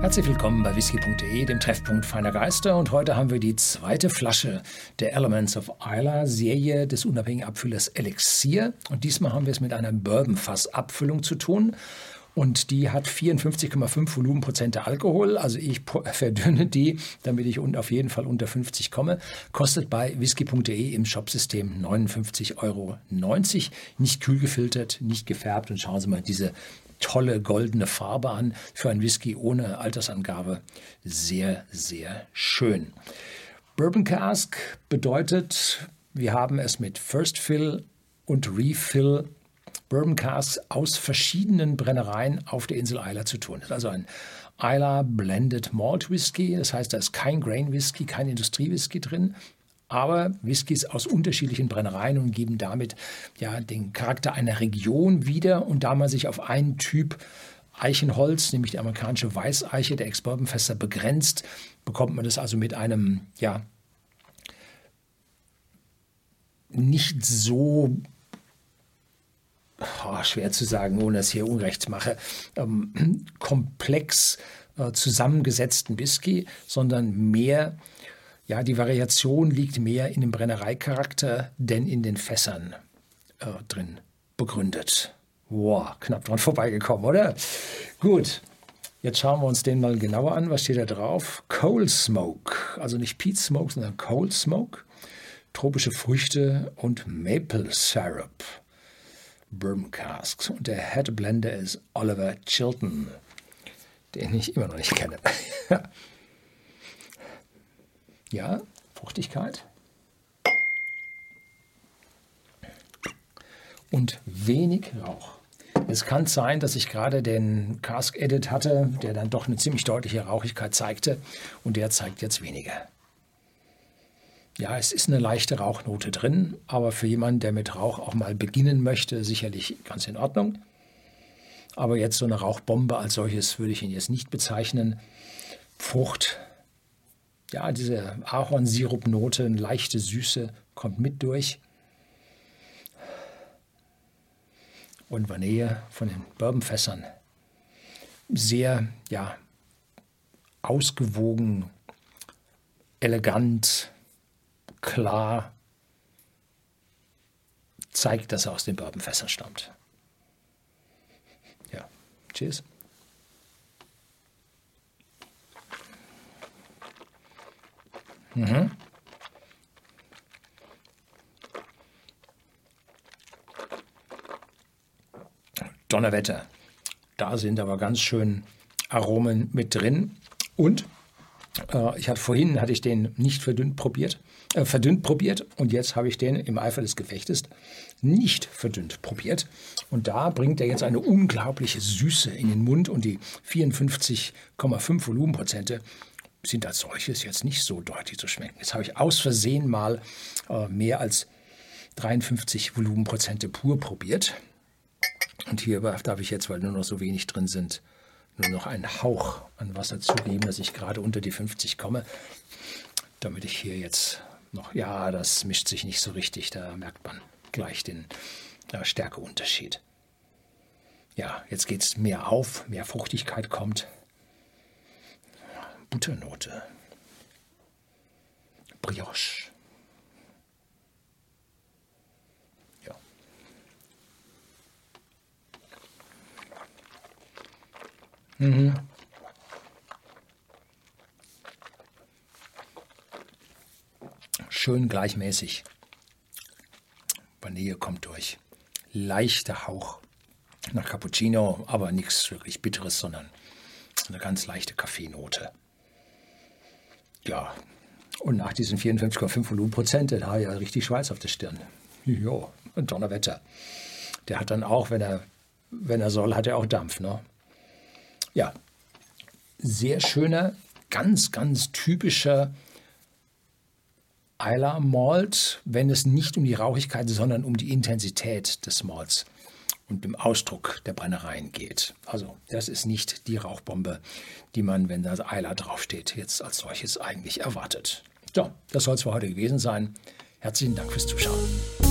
Herzlich willkommen bei whisky.de, dem Treffpunkt feiner Geister. Und heute haben wir die zweite Flasche der Elements of Islay Serie des unabhängigen Abfüllers Elixir. Und diesmal haben wir es mit einer Bourbon-Fass-Abfüllung zu tun. Und die hat 54,5 Volumenprozent Alkohol. Also ich verdünne die, damit ich auf jeden Fall unter 50 komme. Kostet bei whisky.de im Shopsystem 59,90 €. Nicht kühl gefiltert, nicht gefärbt. Und schauen Sie mal diese tolle goldene Farbe an für ein Whisky ohne Altersangabe. Sehr, sehr schön. Bourbon Cask bedeutet, wir haben es mit First Fill und Refill Bourbon Casks aus verschiedenen Brennereien auf der Insel Islay zu tun. Das ist also ein Islay Blended Malt Whisky. Das heißt, da ist kein Grain Whisky, kein Industriewhisky drin. Aber Whiskys aus unterschiedlichen Brennereien und geben damit ja den Charakter einer Region wieder. Und da man sich auf einen Typ Eichenholz, nämlich die amerikanische Weißeiche der Ex-Bourbon-Fässer begrenzt, bekommt man das also mit einem, ja, nicht so, schwer zu sagen, ohne dass ich hier Unrecht mache, komplex zusammengesetzten Whisky, sondern mehr. Ja, die Variation liegt mehr in dem Brennereicharakter, denn in den Fässern drin begründet. Wow, knapp dran vorbeigekommen, oder? Gut, jetzt schauen wir uns den mal genauer an. Was steht da drauf? Coal Smoke, also nicht Peat Smoke, sondern Coal Smoke. Tropische Früchte und Maple Syrup. Bourbon Casks. Und der Head Blender ist Oliver Chilton, den ich immer noch nicht kenne. Ja, Fruchtigkeit. Und wenig Rauch. Es kann sein, dass ich gerade den Cask Edit hatte, der dann doch eine ziemlich deutliche Rauchigkeit zeigte. Und der zeigt jetzt weniger. Ja, es ist eine leichte Rauchnote drin, aber für jemanden, der mit Rauch auch mal beginnen möchte, sicherlich ganz in Ordnung. Aber jetzt so eine Rauchbombe als solches würde ich ihn jetzt nicht bezeichnen. Frucht. Ja, diese Ahornsirupnote, eine leichte Süße kommt mit durch. Und Vanille von den Bourbonfässern. Sehr, ja, ausgewogen, elegant, klar. Zeigt, dass er aus den Bourbonfässern stammt. Ja, cheers. Mhm. Donnerwetter. Da sind aber ganz schön Aromen mit drin. Und vorhin hatte ich den nicht verdünnt probiert und jetzt habe ich den im Eifer des Gefechtes nicht verdünnt probiert. Und da bringt er jetzt eine unglaubliche Süße in den Mund und die 54,5 Volumenprozente sind als solches jetzt nicht so deutlich zu schmecken. Jetzt habe ich aus Versehen mal mehr als 53 Volumenprozente pur probiert. Und hier darf ich jetzt, weil nur noch so wenig drin sind, nur noch einen Hauch an Wasser zugeben, dass ich gerade unter die 50 komme. Damit ich hier jetzt noch, ja, das mischt sich nicht so richtig, da merkt man gleich den Stärkeunterschied. Ja, jetzt geht es mehr auf, mehr Fruchtigkeit kommt. Butternote, Brioche. Ja. Mhm. Schön gleichmäßig. Vanille kommt durch. Leichter Hauch nach Cappuccino, aber nichts wirklich Bitteres, sondern eine ganz leichte Kaffeenote. Ja, und nach diesen 54,5 Volumenprozent, da habe ich ja richtig Schweiß auf der Stirn. Jo, ein Donnerwetter. Der hat dann auch, wenn er soll, hat er auch Dampf, ne? Ja, sehr schöner, ganz, ganz typischer Islay Malt, wenn es nicht um die Rauchigkeit, sondern um die Intensität des Malts und dem Ausdruck der Brennereien geht. Also das ist nicht die Rauchbombe, die man, wenn da Islay draufsteht, jetzt als solches eigentlich erwartet. So, das soll es für heute gewesen sein. Herzlichen Dank fürs Zuschauen.